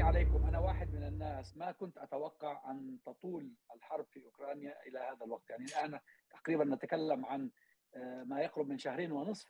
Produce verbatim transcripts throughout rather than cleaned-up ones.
عليكم، أنا واحد من الناس ما كنت أتوقع أن تطول الحرب في أوكرانيا إلى هذا الوقت. يعني الآن تقريبا نتكلم عن ما يقرب من شهرين ونصف،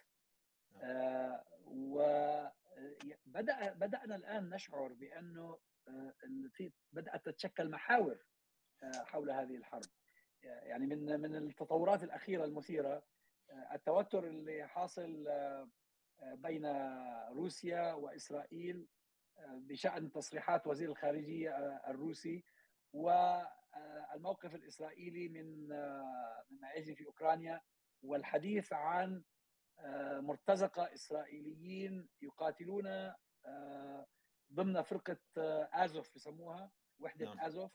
وبدأ بدأنا الآن نشعر بأنه في بدأت تتشكل محاور حول هذه الحرب. يعني من من التطورات الأخيرة المثيرة التوتر اللي حاصل بين روسيا وإسرائيل بشأن تصريحات وزير الخارجية الروسي والموقف الإسرائيلي من ما يجري في أوكرانيا، والحديث عن مرتزقة إسرائيليين يقاتلون ضمن فرقة آزوف يسموها وحدة نعم. آزوف.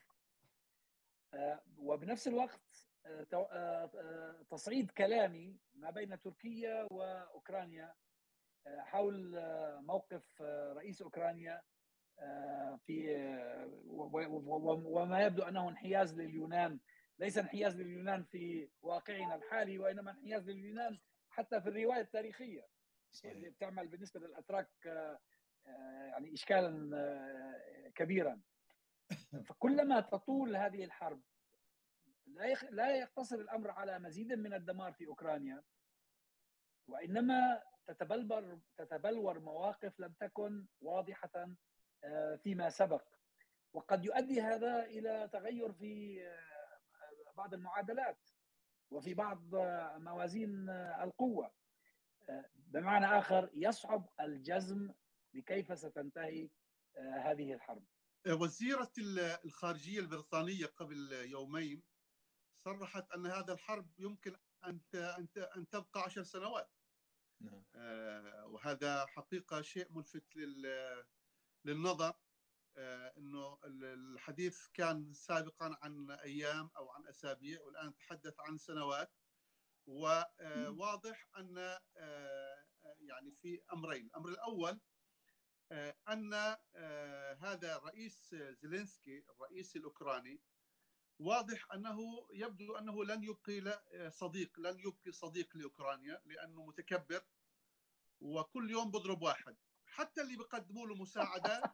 وبنفس الوقت تصعيد كلامي ما بين تركيا وأوكرانيا حول موقف رئيس أوكرانيا في وما يبدو أنه انحياز لليونان، ليس انحياز لليونان في واقعنا الحالي، وإنما انحياز لليونان حتى في الرواية التاريخية اللي بتعمل بالنسبة للأتراك يعني إشكالا كبيرا. فكلما تطول هذه الحرب لا يقتصر الأمر على مزيد من الدمار في أوكرانيا، وإنما تتبلور تتبلور مواقف لم تكن واضحة فيما سبق، وقد يؤدي هذا إلى تغير في بعض المعادلات وفي بعض موازين القوة. بمعنى آخر يصعب الجزم بكيف ستنتهي هذه الحرب. وزيرة الخارجية البريطانية قبل يومين صرحت أن هذا الحرب يمكن أن أن تبقى عشر سنوات. نعم. آه وهذا حقيقة شيء ملفت للنظر، آه انه الحديث كان سابقا عن ايام او عن اسابيع، والان نتحدث عن سنوات. وواضح ان آه يعني في امرين. الامر الاول آه ان آه هذا الرئيس زيلينسكي الرئيس الاوكراني واضح أنه يبدو أنه لن يبقي صديق لن يبقي صديق لأوكرانيا، لأنه متكبر وكل يوم بضرب واحد. حتى اللي بيقدموا له مساعدات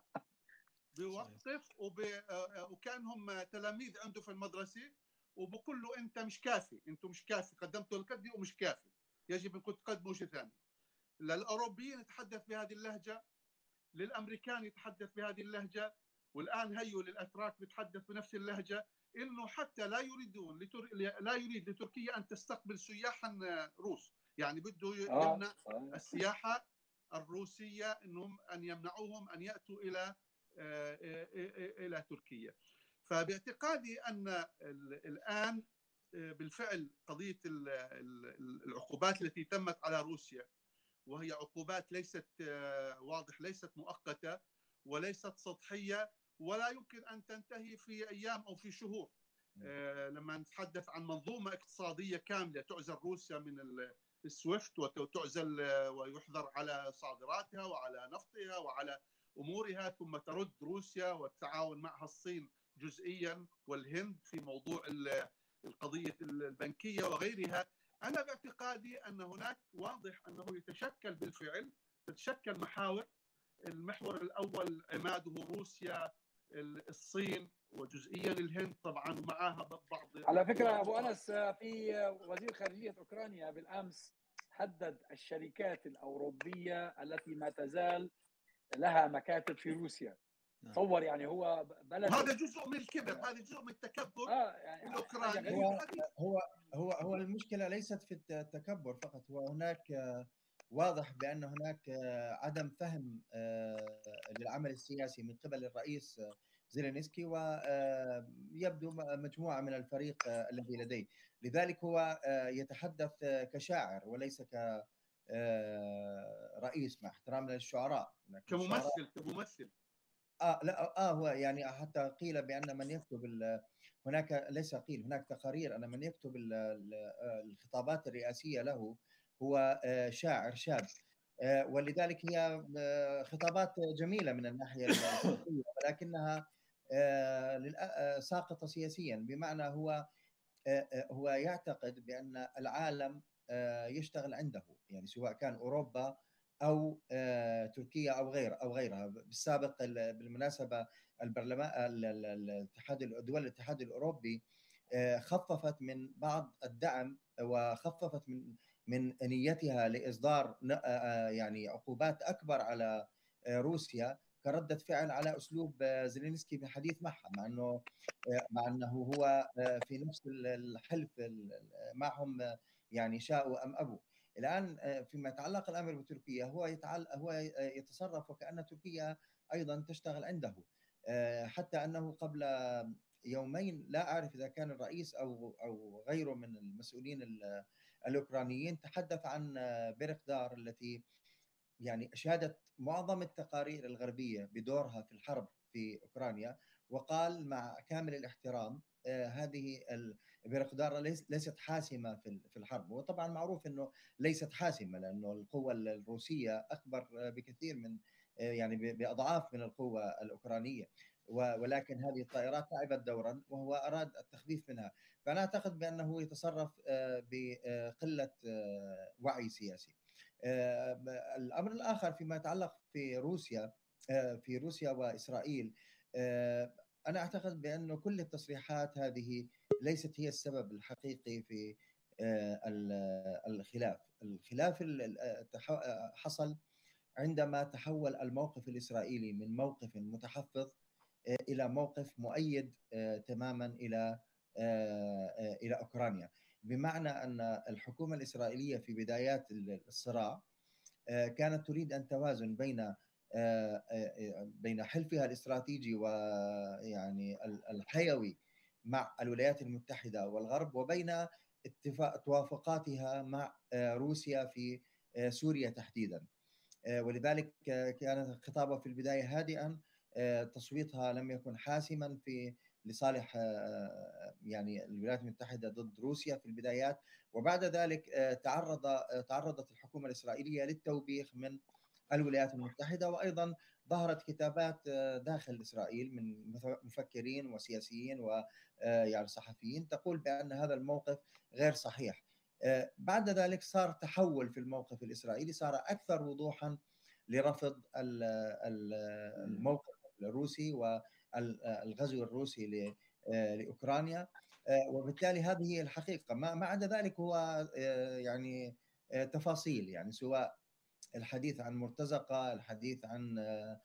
بيوقف وب... وكانهم تلاميذ عنده في المدرسة، وبقول له أنت مش كافي، أنتم مش كافي، قدمتوا الكدي ومش كافي، يجب أنكم تقدموا شيء ثاني. للأوروبيين يتحدث بهذه اللهجة، للأمريكان يتحدث بهذه اللهجة، والآن هيو للأتراك بيتحدث بنفس اللهجة، انه حتى لا يريدون لتر... لا يريد لتركيا ان تستقبل سياحا روس، يعني بده يمنع السياحه الروسيه، انهم ان يمنعوهم ان ياتوا الى الى تركيا. فباعتقادي ان الان بالفعل قضيه العقوبات التي تمت على روسيا، وهي عقوبات ليست واضح ليست مؤقته وليست سطحيه، ولا يمكن أن تنتهي في أيام أو في شهور. آه لما نتحدث عن منظومة اقتصادية كاملة تعزل روسيا من السويفت وتعزل ويحظر على صادراتها وعلى نفطها وعلى أمورها، ثم ترد روسيا والتعاون معها الصين جزئيا والهند في موضوع القضية البنكية وغيرها. أنا باعتقادي أن هناك واضح أنه يتشكل بالفعل تتشكل محاور. المحور الأول عماده روسيا، الصين، وجزئيا الهند طبعا، ومعها بعض. على فكرة أبو أنس، في وزير خارجية أوكرانيا بالأمس حدد الشركات الأوروبية التي ما تزال لها مكاتب في روسيا. تصور يعني هو بلد، هذا جزء من الكبر، هذا جزء من التكبر آه يعني الأوكراني. هو هو هو هو المشكلة ليست في التكبر فقط، هو هناك واضح بأن هناك عدم فهم للعمل السياسي من قبل الرئيس زيلينسكي، ويبدو مجموعة من الفريق الذي لديه. لذلك هو يتحدث كشاعر وليس كرئيس، مع احترام للشعراء، كممثل كممثل اه لا اه هو يعني حتى قيل بأن من يكتب هناك ليس قيل هناك تقارير أن من يكتب الخطابات الرئاسية له هو شاعر شاب، ولذلك هي خطابات جميلة من الناحية السياسية، ولكنها ساقطة سياسيا، بمعنى هو هو يعتقد بأن العالم يشتغل عنده، يعني سواء كان أوروبا او تركيا او غير او غيرها. بالسابق بالمناسبه البرلمان الاتحاد الدول الاتحاد الاوروبي خففت من بعض الدعم وخففت من من نيتها لاصدار يعني عقوبات اكبر على روسيا كردة فعل على اسلوب زيلينسكي بالحديث معها، مع انه مع انه هو في نفس الحلف معهم يعني شاءوا ام ابوا. الان فيما يتعلق الامر بتركيا هو يتعلق هو يتصرف وكأن تركيا ايضا تشتغل عنده، حتى انه قبل يومين لا اعرف اذا كان الرئيس او او غيره من المسؤولين الاوكرانيين تحدث عن بيرقدار التي يعني اشادت معظم التقارير الغربيه بدورها في الحرب في اوكرانيا، وقال مع كامل الاحترام هذه بيرقدار ليست حاسمه في الحرب. وطبعا معروف انه ليست حاسمه لانه القوه الروسيه اكبر بكثير من يعني باضعاف من القوه الاوكرانيه، ولكن هذه الطائرات لعبت دورا وهو اراد التخفيف منها. فانا اعتقد بانه يتصرف بقله وعي سياسي. الامر الاخر فيما يتعلق في روسيا في روسيا واسرائيل، انا اعتقد بانه كل التصريحات هذه ليست هي السبب الحقيقي في الخلاف. الخلاف حصل عندما تحول الموقف الاسرائيلي من موقف متحفظ الى موقف مؤيد تماما الى الى اوكرانيا، بمعنى ان الحكومه الاسرائيليه في بدايات الصراع كانت تريد ان توازن بين بين حلفها الاستراتيجي ويعني الحيوي مع الولايات المتحده والغرب، وبين اتفاق توافقاتها مع روسيا في سوريا تحديدا. ولذلك كان خطابها في البدايه هادئا، تصويتها لم يكن حاسما في لصالح يعني الولايات المتحدة ضد روسيا في البدايات، وبعد ذلك تعرض تعرضت الحكومة الإسرائيلية للتوبيخ من الولايات المتحدة، وأيضا ظهرت كتابات داخل إسرائيل من مفكرين وسياسيين ويعني صحفيين تقول بأن هذا الموقف غير صحيح. بعد ذلك صار تحول في الموقف الإسرائيلي، صار أكثر وضوحا لرفض الموقف الروسي والغزو الروسي لأوكرانيا، وبالتالي هذه هي الحقيقة. ما عدا ذلك هو يعني تفاصيل، يعني سواء الحديث عن مرتزقة، الحديث عن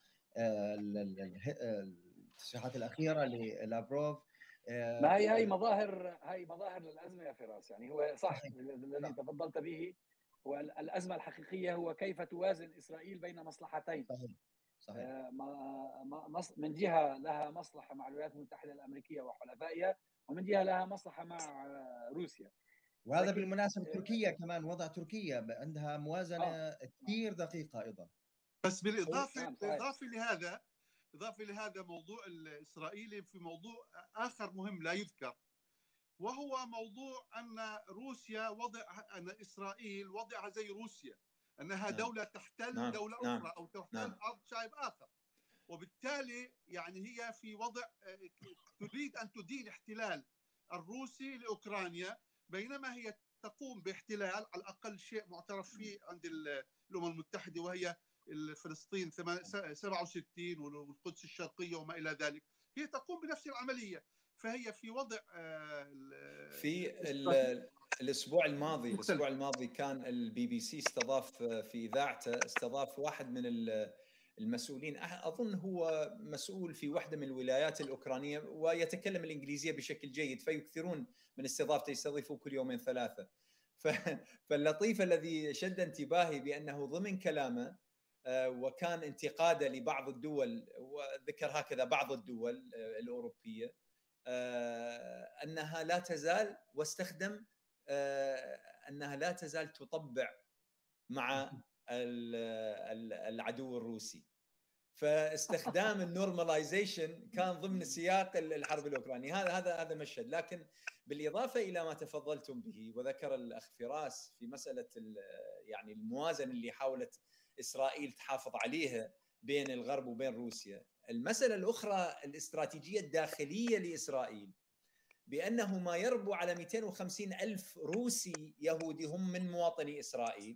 التصريحات الأخيرة للافروف. ما هي هي مظاهر هي مظاهر للأزمة يا فراس. يعني هو صح الذي تفضلت به، هو الأزمة الحقيقية هو كيف توازن إسرائيل بين مصلحتين. صحيح. صحيح. من جهة لها مصلحة مع الولايات المتحدة الأمريكية وحلفائها، ومن جهة لها مصلحة مع روسيا. وهذا بالمناسبة تركيا كمان، وضع تركيا عندها موازنة آه. كثير دقيقة أيضا. بس بالإضافة بالإضافة لهذا إضافة لهذا موضوع الإسرائيلي في موضوع آخر مهم لا يذكر، وهو موضوع أن روسيا وضع أن إسرائيل وضعها زي روسيا، أنها نعم. دولة تحتل نعم. دولة أخرى نعم. أو تحتل نعم. أرض شعب آخر، وبالتالي يعني هي في وضع تريد أن تدين احتلال الروسي لأوكرانيا، بينما هي تقوم باحتلال على الأقل شيء معترف فيه عند الأمم المتحدة، وهي فلسطين سبعة وستين والقدس الشرقية وما إلى ذلك. هي تقوم بنفس العملية، فهي في وضع في الأسبوع الماضي الأسبوع الماضي كان البي بي سي استضاف في إذاعته استضاف واحد من المسؤولين، أظن هو مسؤول في واحدة من الولايات الأوكرانية ويتكلم الإنجليزية بشكل جيد، فيكثرون من استضافته، يستضيفوه كل يومين ثلاثة. فاللطيف الذي شد انتباهي بأنه ضمن كلامه وكان انتقاده لبعض الدول، وذكر هكذا بعض الدول الأوروبية أنها لا تزال، واستخدم أنها لا تزال تطبع مع العدو الروسي. فاستخدام النورماليزيشن كان ضمن سياق الحرب الأوكرانية. هذا هذا هذا مشهد. لكن بالإضافة إلى ما تفضلتم به وذكر الأخ فراس في مسألة يعني الموازنة اللي حاولت إسرائيل تحافظ عليها بين الغرب وبين روسيا، المسألة الأخرى الاستراتيجية الداخلية لإسرائيل، بأنه ما يربو على مئتين وخمسين ألف روسي يهودي هم من مواطني إسرائيل،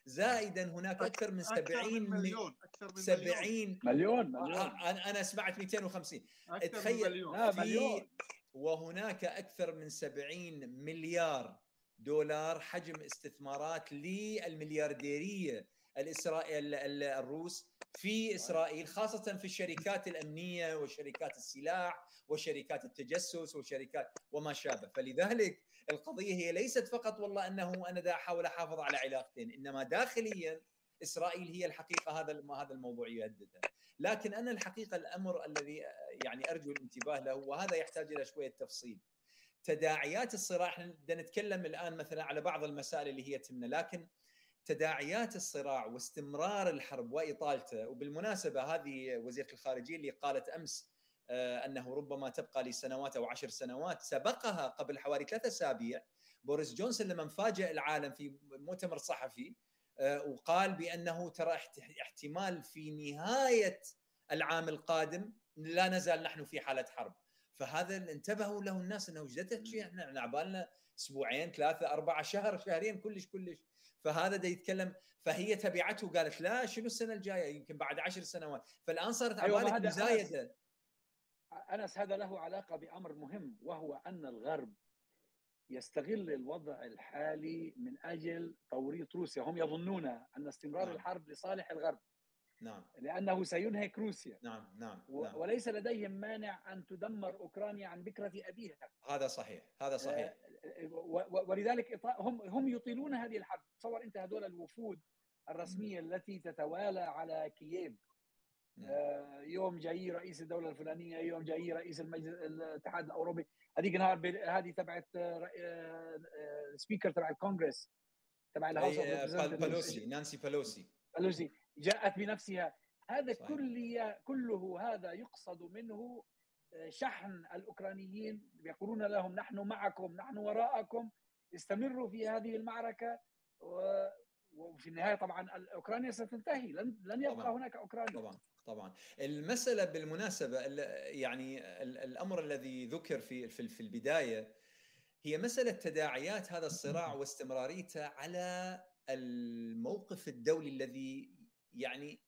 زائدا هناك اكثر من سبعين مليون اكثر من سبعين مليون مليون انا انا سمعت مئتين وخمسين تخيل. لا مليون. وهناك اكثر من سبعين مليار دولار حجم استثمارات للمليارديريه الاسرائيل الروس في اسرائيل، خاصه في الشركات الامنيه وشركات السلاح وشركات التجسس وشركات وما شابه. فلذلك القضيه هي ليست فقط والله انه انا دا احاول احافظ على علاقتين، انما داخليا اسرائيل هي الحقيقه هذا هذا الموضوع يهددها. لكن انا الحقيقه الامر الذي يعني ارجو الانتباه له، وهذا يحتاج الى شويه تفصيل، تداعيات الصراع. احنا بدنا نتكلم الان مثلا على بعض المسائل اللي هي تهمنا، لكن تداعيات الصراع واستمرار الحرب واطالته، وبالمناسبه هذه وزيره الخارجيه اللي قالت امس انه ربما تبقى لسنوات او عشر سنوات، سبقها قبل حوالي ثلاثة اسابيع بوريس جونسون لما فاجأ العالم في مؤتمر صحفي وقال بانه ترى احتمال في نهايه العام القادم لا نزال نحن في حاله حرب. فهذا انتبهوا له الناس انه جدت شيء، احنا عبالنا اسبوعين ثلاثه اربعه شهر شهرين كلش كلش. فهذا دا يتكلم، فهي تبعته قالت لا شنو السنه الجايه يمكن بعد عشر سنوات، فالان صارت عبالك أيوة مزايده. أنس هذا له علاقه بامر مهم، وهو ان الغرب يستغل الوضع الحالي من اجل توريط روسيا. هم يظنون ان استمرار نعم. الحرب لصالح الغرب، نعم، لانه سينهك روسيا. نعم نعم, نعم. وليس لديهم مانع ان تدمر اوكرانيا عن بكره ابيها. هذا صحيح، هذا صحيح. ولذلك هم هم يطيلون هذه الحرب. تصور انت هذول الوفود الرسميه التي تتوالى على كييف، يوم جاي رئيس الدوله الفلانيه، يوم جاي رئيس المجلس الاتحاد الاوروبي، هذيك النهار هذه تبعت سبيكر تبع الكونغرس تبع الهاوس اوف بلوسي، نانسي بلوسي بلوسي جاءت بنفسها. هذا كله كله هذا يقصد منه شحن الاوكرانيين، يقولون لهم نحن معكم، نحن وراءكم، استمروا في هذه المعركه، وفي النهايه طبعا اوكرانيا ستنتهي، لن لن يبقى طبعًا. هناك اوكرانيا. طبعا طبعا. المساله بالمناسبه يعني الامر الذي ذكر في في البدايه هي مساله تداعيات هذا الصراع واستمراريته على الموقف الدولي الذي يعني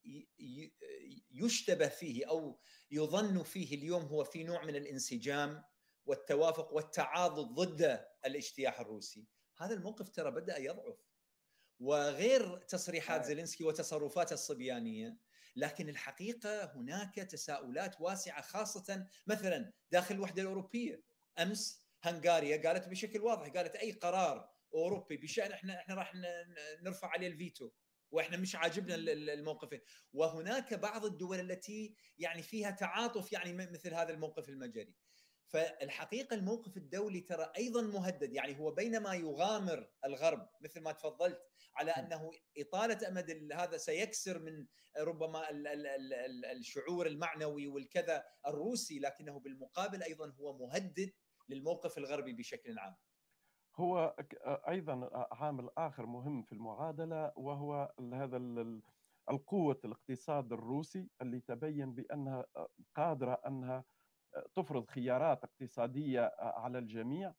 يشتبه فيه او يظن فيه اليوم هو في نوع من الانسجام والتوافق والتعاضد ضد الاجتياح الروسي. هذا الموقف ترى بدأ يضعف، وغير تصريحات زيلينسكي وتصرفاته الصبيانية، لكن الحقيقة هناك تساؤلات واسعة، خاصة مثلا داخل الوحدة الأوروبية. أمس هنغاريا قالت بشكل واضح، قالت أي قرار أوروبي بشأن احنا احنا راح نرفع عليه الفيتو، واحنا مش عاجبنا الموقف. وهناك بعض الدول التي يعني فيها تعاطف يعني مثل هذا الموقف المجري. فالحقيقة الموقف الدولي ترى أيضا مهدد، يعني هو بينما يغامر الغرب مثل ما تفضلت على أنه إطالة أمد هذا سيكسر من ربما ال ال ال الشعور المعنوي والكذا الروسي، لكنه بالمقابل أيضا هو مهدد للموقف الغربي بشكل عام. هو أيضا عامل آخر مهم في المعادلة، وهو هذا القوة الاقتصاد الروسي اللي تبين بأنها قادرة أنها تفرض خيارات اقتصادية على الجميع.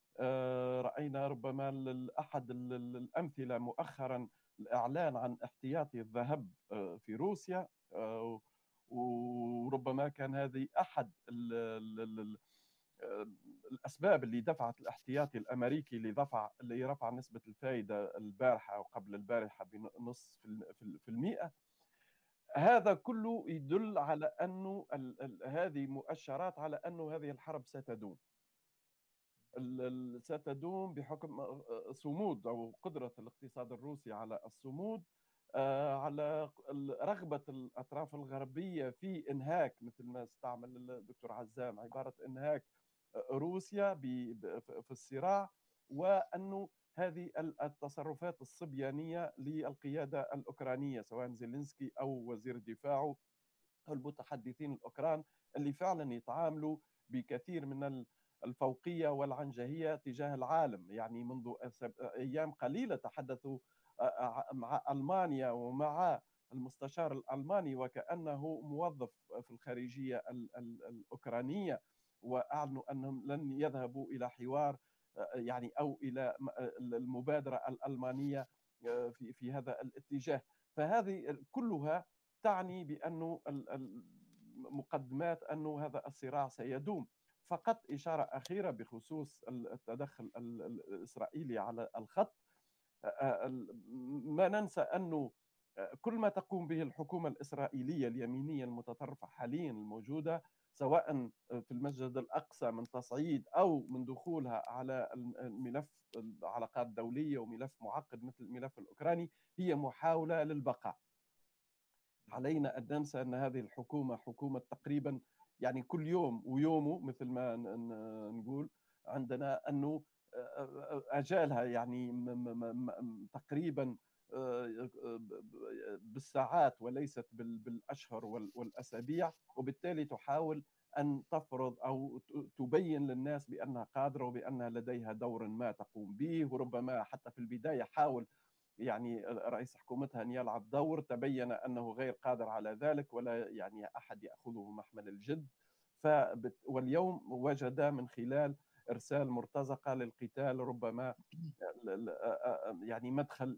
رأينا ربما أحد الأمثلة مؤخرا الإعلان عن احتياطي الذهب في روسيا، وربما كان هذه أحد الأسباب اللي دفعت الاحتياطي الأمريكي لرفع لرفع نسبة الفائدة البارحة أو قبل البارحة بنصف في المئة. هذا كله يدل على أنه هذه مؤشرات على أنه هذه الحرب ستدوم ستدوم بحكم صمود أو قدرة الاقتصاد الروسي على الصمود، على رغبة الأطراف الغربية في إنهاك، مثل ما استعمل الدكتور عزام عبارة إنهاك روسيا في الصراع، وأنه هذه التصرفات الصبيانية للقيادة الأوكرانية سواء زيلينسكي أو وزير دفاعه أو المتحدثين الأوكران اللي فعلا يتعاملوا بكثير من الفوقية والعنجهية تجاه العالم. يعني منذ أيام قليلة تحدثوا مع ألمانيا ومع المستشار الألماني وكأنه موظف في الخارجية الأوكرانية، وأعلنوا أنهم لن يذهبوا إلى حوار يعني أو إلى المبادرة الألمانية في في هذا الاتجاه. فهذه كلها تعني بأنه المقدمات أنه هذا الصراع سيدوم. فقط إشارة أخيرة بخصوص التدخل الإسرائيلي على الخط. ما ننسى أنه كل ما تقوم به الحكومة الإسرائيلية اليمينية المتطرفة حاليا الموجودة، سواء في المسجد الأقصى من تصعيد أو من دخولها على الملف العلاقات الدولية وملف معقد مثل الملف الأوكراني، هي محاولة للبقاء. علينا أن ننسى أن هذه الحكومة حكومة تقريبا يعني كل يوم ويومه مثل ما نقول عندنا، أنه أجالها يعني تقريبا بالساعات وليست بالأشهر والأسابيع، وبالتالي تحاول أن تفرض أو تبين للناس بأنها قادرة وبأنها لديها دور ما تقوم به. وربما حتى في البداية حاول يعني رئيس حكومتها أن يلعب دور، تبين أنه غير قادر على ذلك ولا يعني أحد يأخذه محمل الجد. فبت... واليوم وجد من خلال إرسال مرتزقة للقتال ربما يعني مدخل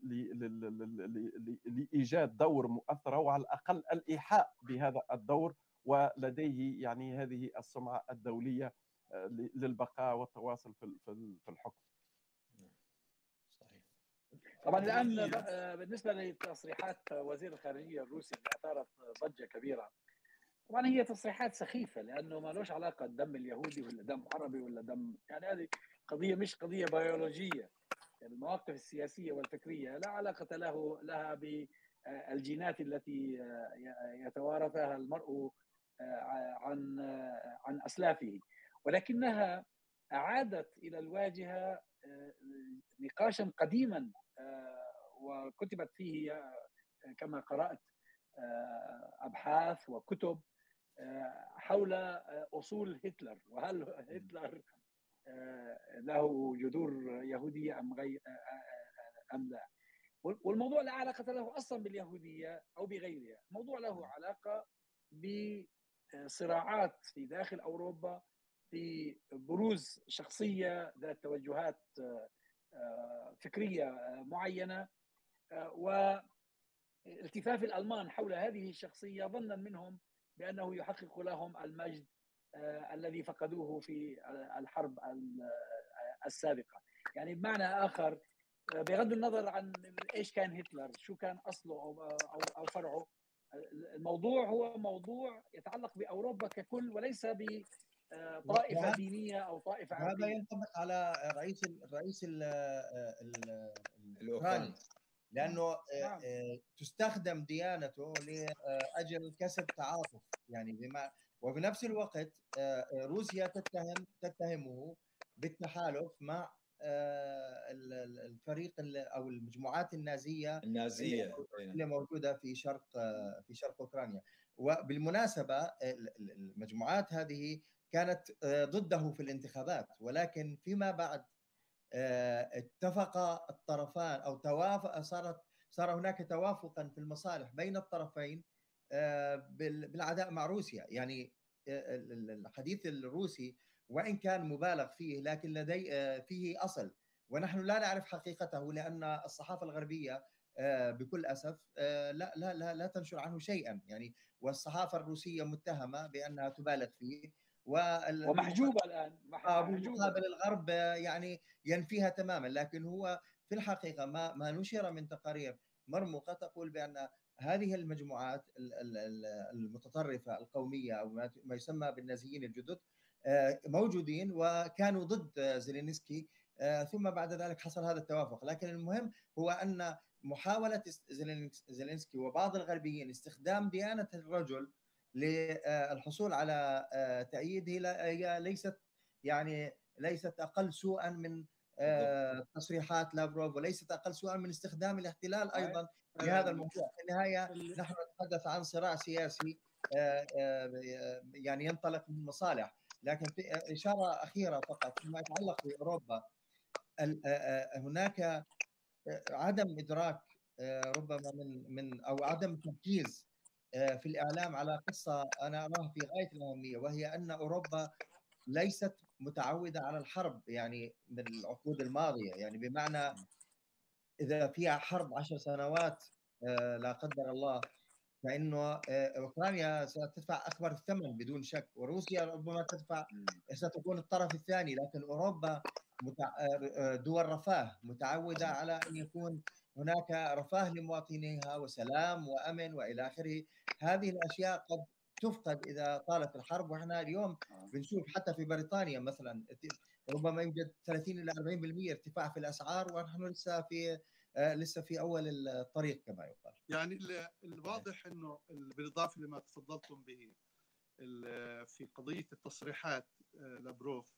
لإيجاد دور مؤثر أو على الأقل الإيحاء بهذا الدور، ولديه يعني هذه السمعة الدولية للبقاء والتواصل في الحكم. صحيح. طبعا الآن بالنسبة لتصريحات وزير الخارجية الروسي اللي أثارت ضجة كبيرة، طبعا هي تصريحات سخيفة لأنه ما لوش علاقة الدم اليهودي ولا دم عربي ولا دم، يعني هذه قضية مش قضية بيولوجية. يعني المواقف السياسية والفكرية لا علاقة له لها بالجينات التي يتوارثها المرء عن عن أسلافه، ولكنها أعادت إلى الواجهة نقاشا قديما وكتبت فيه كما قرأت أبحاث وكتب حول أصول هتلر، وهل هتلر له جذور يهودية أم غير أم لا. والموضوع لا علاقة له أصلا باليهودية أو بغيرها، الموضوع له علاقة بصراعات في داخل أوروبا، في بروز شخصية ذات توجهات فكرية معينة، والتفاف الألمان حول هذه الشخصية ظنا منهم بأنه يحقق لهم المجد الذي فقدوه في الحرب السابقة. يعني بمعنى آخر، بغض النظر عن إيش كان هتلر، شو كان أصله أو أو فرعه، الموضوع هو موضوع يتعلق بأوروبا ككل وليس بطائفة دينية أو طائفة عرقية. هذا ينطبق على رئيس الرئيس الأوكراني، لأنه نعم. تستخدم ديانته لأجل كسب تعاطف، يعني بما وبنفس الوقت روسيا تتهم تتهمه بالتحالف مع الفريق او المجموعات النازيه النازيه اللي موجوده في شرق في شرق اوكرانيا. وبالمناسبه المجموعات هذه كانت ضده في الانتخابات، ولكن فيما بعد اتفق الطرفان او توافق صارت صار هناك توافقا في المصالح بين الطرفين بالعداء مع روسيا. يعني الحديث الروسي وإن كان مبالغ فيه لكن لدي فيه أصل، ونحن لا نعرف حقيقته لأن الصحافة الغربية بكل أسف لا لا لا لا تنشر عنه شيئا، يعني والصحافة الروسية متهمة بأنها تبالغ فيه ومحجوبة الآن. مقابل الغرب يعني ينفيها تماما. لكن هو في الحقيقة ما ما نشر من تقارير مرموقة تقول بأن هذه المجموعات المتطرفة القومية أو ما يسمى بالنازيين الجدد موجودين وكانوا ضد زيلينسكي، ثم بعد ذلك حصل هذا التوافق. لكن المهم هو أن محاولة زيلينسكي وبعض الغربيين استخدام ديانة الرجل للحصول على تأييده هي ليست يعني ليست أقل سوءا من تصريحات لافروف، وليست أقل سوءا من استخدام الاحتلال أيضا لهذا الموضوع. في النهاية نحن نتحدث عن صراع سياسي يعني ينطلق من مصالح. لكن في إشارة أخيرة فقط فيما يتعلق بأوروبا، هناك عدم إدراك ربما من من أو عدم تركيز في الإعلام على قصة أنا أراها في غاية الأهمية، وهي أن أوروبا ليست متعودة على الحرب يعني من العقود الماضية. يعني بمعنى اذا فيها حرب عشر سنوات لا قدر الله، فانه اوكرانيا ستدفع اكبر الثمن بدون شك، وروسيا ربما تدفع، ستكون الطرف الثاني. لكن اوروبا دول رفاه متعوده على ان يكون هناك رفاه لمواطنيها وسلام وامن والى اخره. هذه الاشياء قد تفقد اذا طالت الحرب. واحنا اليوم بنشوف حتى في بريطانيا مثلا ربما يوجد ثلاثين الى أربعين بالمئة ارتفاع في الاسعار، ونحن لسه في لسه في اول الطريق كما يقال. يعني الواضح انه بالاضافه لما تفضلتم به في قضيه التصريحات لافروف،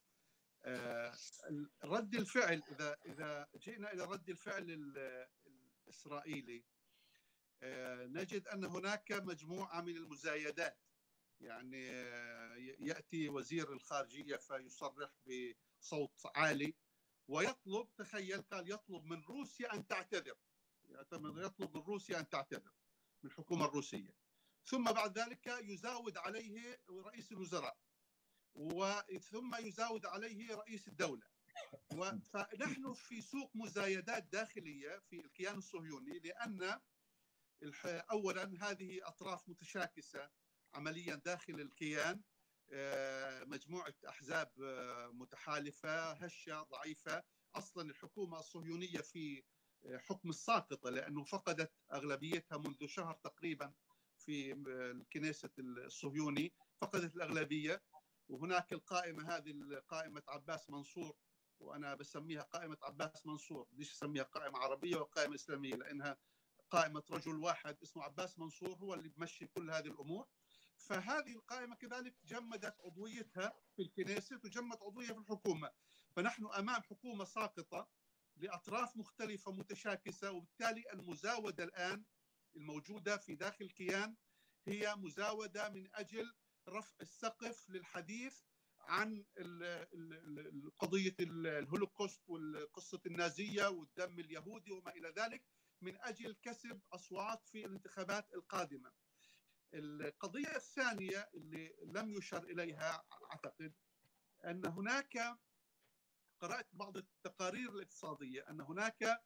رد الفعل، اذا اذا جئنا الى رد الفعل الاسرائيلي نجد ان هناك مجموعه من المزايدات. يعني ياتي وزير الخارجيه فيصرح بصوت عالي ويطلب، تخيل، قال يطلب من روسيا ان تعتذر، يطلب من روسيا ان تعتذر من الحكومه الروسيه، ثم بعد ذلك يزاود عليه رئيس الوزراء، وثم يزاود عليه رئيس الدوله. فنحن في سوق مزايدات داخليه في الكيان الصهيوني، لان اولا هذه اطراف متشاكسه عمليا داخل الكيان، مجموعه احزاب متحالفه هشه ضعيفه. اصلا الحكومه الصهيونيه في حكم الساقطه، لانه فقدت اغلبيتها منذ شهر تقريبا في الكنيسة الصهيوني، فقدت الاغلبيه. وهناك القائمه هذه قائمه عباس منصور، وانا بسميها قائمه عباس منصور، ليش اسميها قائمه عربيه وقائمه اسلاميه؟ لانها قائمه رجل واحد اسمه عباس منصور هو اللي بمشي كل هذه الامور. فهذه القائمه كذلك جمدت عضويتها في الكنيسة وجمدت عضويتها في الحكومه. فنحن امام حكومه ساقطه لاطراف مختلفه متشاكسه، وبالتالي المزاوده الان الموجوده في داخل الكيان هي مزاوده من اجل رفع السقف للحديث عن قضيه الهولوكوست والقصه النازيه والدم اليهودي وما الى ذلك، من اجل كسب اصوات في الانتخابات القادمه. القضيه الثانيه اللي لم يشر اليها اعتقد ان هناك، قرأت بعض التقارير الاقتصادية أن هناك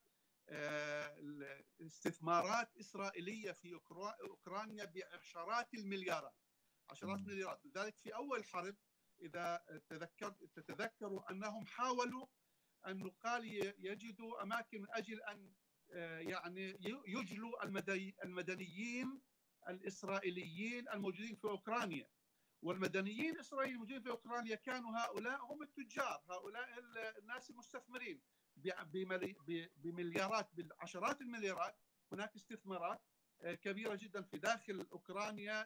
استثمارات إسرائيلية في أوكرانيا بعشرات المليارات، عشرات المليارات. لذلك في أول الحرب إذا تذكر تتذكروا أنهم حاولوا أن يقال يجدوا أماكن من أجل أن يعني يجلوا المدنيين الإسرائيليين الموجودين في أوكرانيا. والمدنيين الإسرائيليين الموجودين في أوكرانيا كانوا هؤلاء هم التجار، هؤلاء الناس المستثمرين بمليارات، بعشرات المليارات. هناك استثمارات كبيرة جدا في داخل أوكرانيا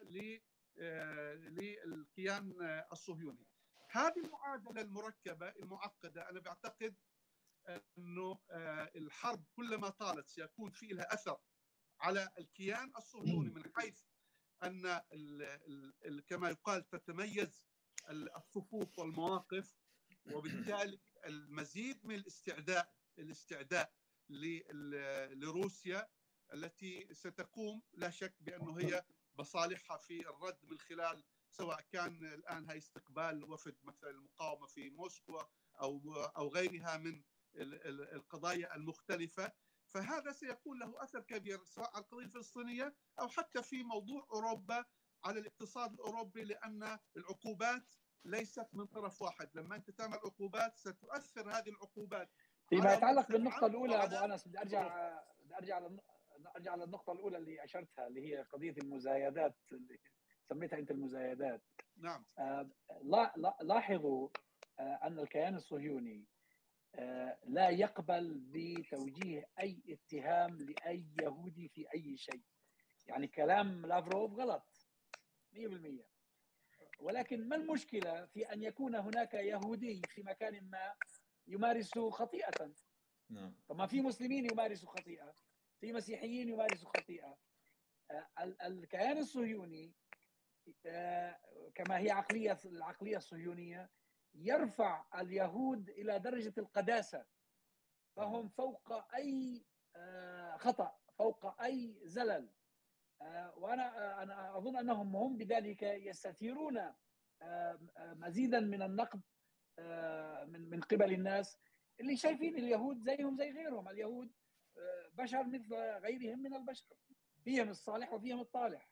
للكيان الصهيوني. هذه المعادلة المركبة المعقدة أنا بعتقد أنه الحرب كلما طالت سيكون في لها أثر على الكيان الصهيوني، من حيث أن ال ال كما يقال تتميز الصفوف والمواقف، وبالتالي المزيد من الاستعداء الاستعداء لروسيا التي ستقوم لا شك بأنه هي مصالحها في الرد من خلال، سواء كان الآن هي استقبال وفد مثل المقاومة في موسكو أو أو غيرها من القضايا المختلفة. فهذا سيكون له أثر كبير سواء على القضية الفلسطينية أو حتى في موضوع أوروبا على الاقتصاد الأوروبي، لأن العقوبات ليست من طرف واحد. لما أنت تعمل عقوبات ستؤثر هذه العقوبات فيما يتعلق بالنقطة الأولى. أبو أنس بدي أرجع بدي أرجع أرجع للنقطة الأولى اللي أشرتها، اللي هي قضية المزايدات اللي سميتها أنت المزايدات. نعم. آه لا لاحظوا آه أن الكيان الصهيوني لا يقبل بتوجيه أي اتهام لأي يهودي في أي شيء. يعني كلام لافروف غلط مئة بالمئة، ولكن ما المشكلة في أن يكون هناك يهودي في مكان ما يمارس خطيئة؟ نعم. طب ما في مسلمين يمارسوا خطيئة، في مسيحيين يمارسوا خطيئة. الكيان الصهيوني كما هي عقلية العقلية الصهيونية يرفع اليهود إلى درجة القداسة، فهم فوق أي خطأ، فوق أي زلل. وأنا أنا أظن أنهم هم بذلك يستثيرون مزيدا من النقد من من قبل الناس اللي شايفين اليهود زيهم زي غيرهم. اليهود بشر مثل غيرهم من البشر، فيهم الصالح وفيهم الطالح.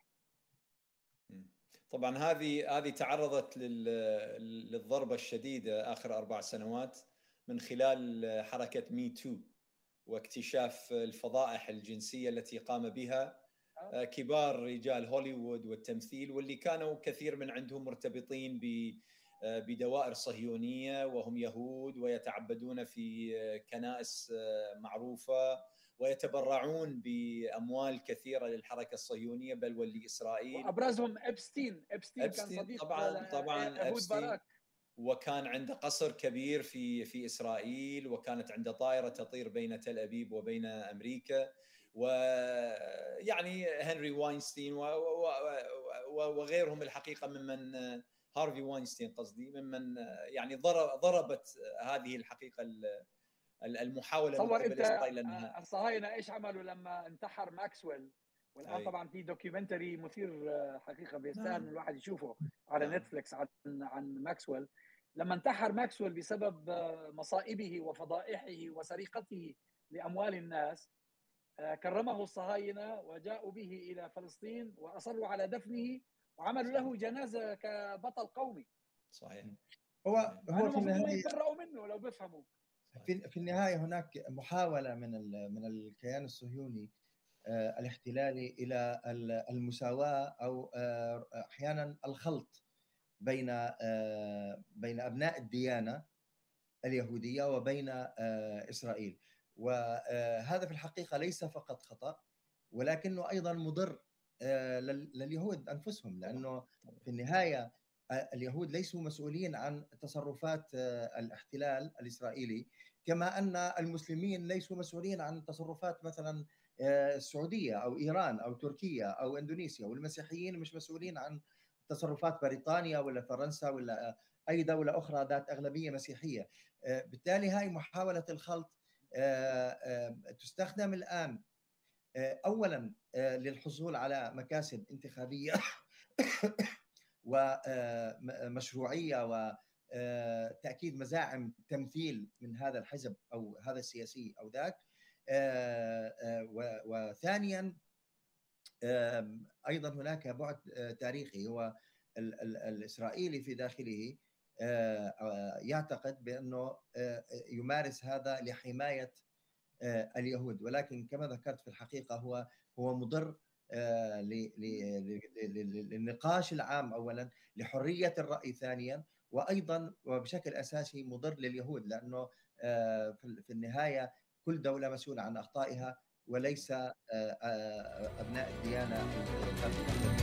طبعا هذه هذه تعرضت للضربة الشديدة آخر أربع سنوات من خلال حركة مي تو واكتشاف الفضائح الجنسية التي قام بها كبار رجال هوليوود والتمثيل، واللي كانوا كثير من عندهم مرتبطين بدوائر صهيونية وهم يهود ويتعبدون في كنائس معروفة ويتبرعون بأموال كثيرة للحركة الصهيونية بل ولإسرائيل. وأبرزهم إبستين. إبستين كان صديق طبعا طبعا يهود باراك، وكان عنده قصر كبير في في إسرائيل، وكانت عنده طائرة تطير بين تل أبيب وبين أمريكا، ويعني هنري واينستين وغيرهم الحقيقة ممن هارفي واينستين قصدي ممن يعني ضربت هذه الحقيقة المحاولة تصور من قبل إسرائيل أنت الصهاينة إيش عملوا لما انتحر ماكسويل، والآن أي. طبعا في دوكيومنتري مثير حقيقة بيستاهل من الواحد يشوفه على نعم. نتفليكس عن عن ماكسويل. لما انتحر ماكسويل بسبب مصائبه وفضائحه وسرقته لأموال الناس، كرمه الصهاينة وجاءوا به إلى فلسطين وأصروا على دفنه وعملوا له جنازة كبطل قومي. صحيح. هو هو في النهاية يتبرؤوا منه لو بيفهموا. في في النهاية هناك محاولة من من الكيان الصهيوني الاحتلالي إلى المساواة أو أحيانا الخلط بين بين أبناء الديانة اليهودية وبين إسرائيل، وهذا في الحقيقة ليس فقط خطأ ولكنه أيضا مضر لليهود أنفسهم، لأنه في النهاية اليهود ليسوا مسؤولين عن تصرفات الاحتلال الإسرائيلي، كما أن المسلمين ليسوا مسؤولين عن تصرفات مثلا السعودية أو إيران أو تركيا أو إندونيسيا، والمسيحيين مش مسؤولين عن تصرفات بريطانيا ولا فرنسا ولا أي دولة أخرى ذات أغلبية مسيحية. بالتالي هاي محاولة الخلط تستخدم الآن أولا للحصول على مكاسب انتخابية ومشروعية وتأكيد مزاعم تمثيل من هذا الحزب أو هذا السياسي أو ذاك. وثانيا أيضا هناك بعد تاريخي، هو الإسرائيلي في داخله يعتقد بأنه يمارس هذا لحماية اليهود، ولكن كما ذكرت في الحقيقة هو هو مضر للنقاش العام أولا، لحرية الرأي ثانيا، وأيضا وبشكل أساسي مضر لليهود، لأنه في النهاية كل دولة مسؤولة عن أخطائها وليس أبناء الديانة.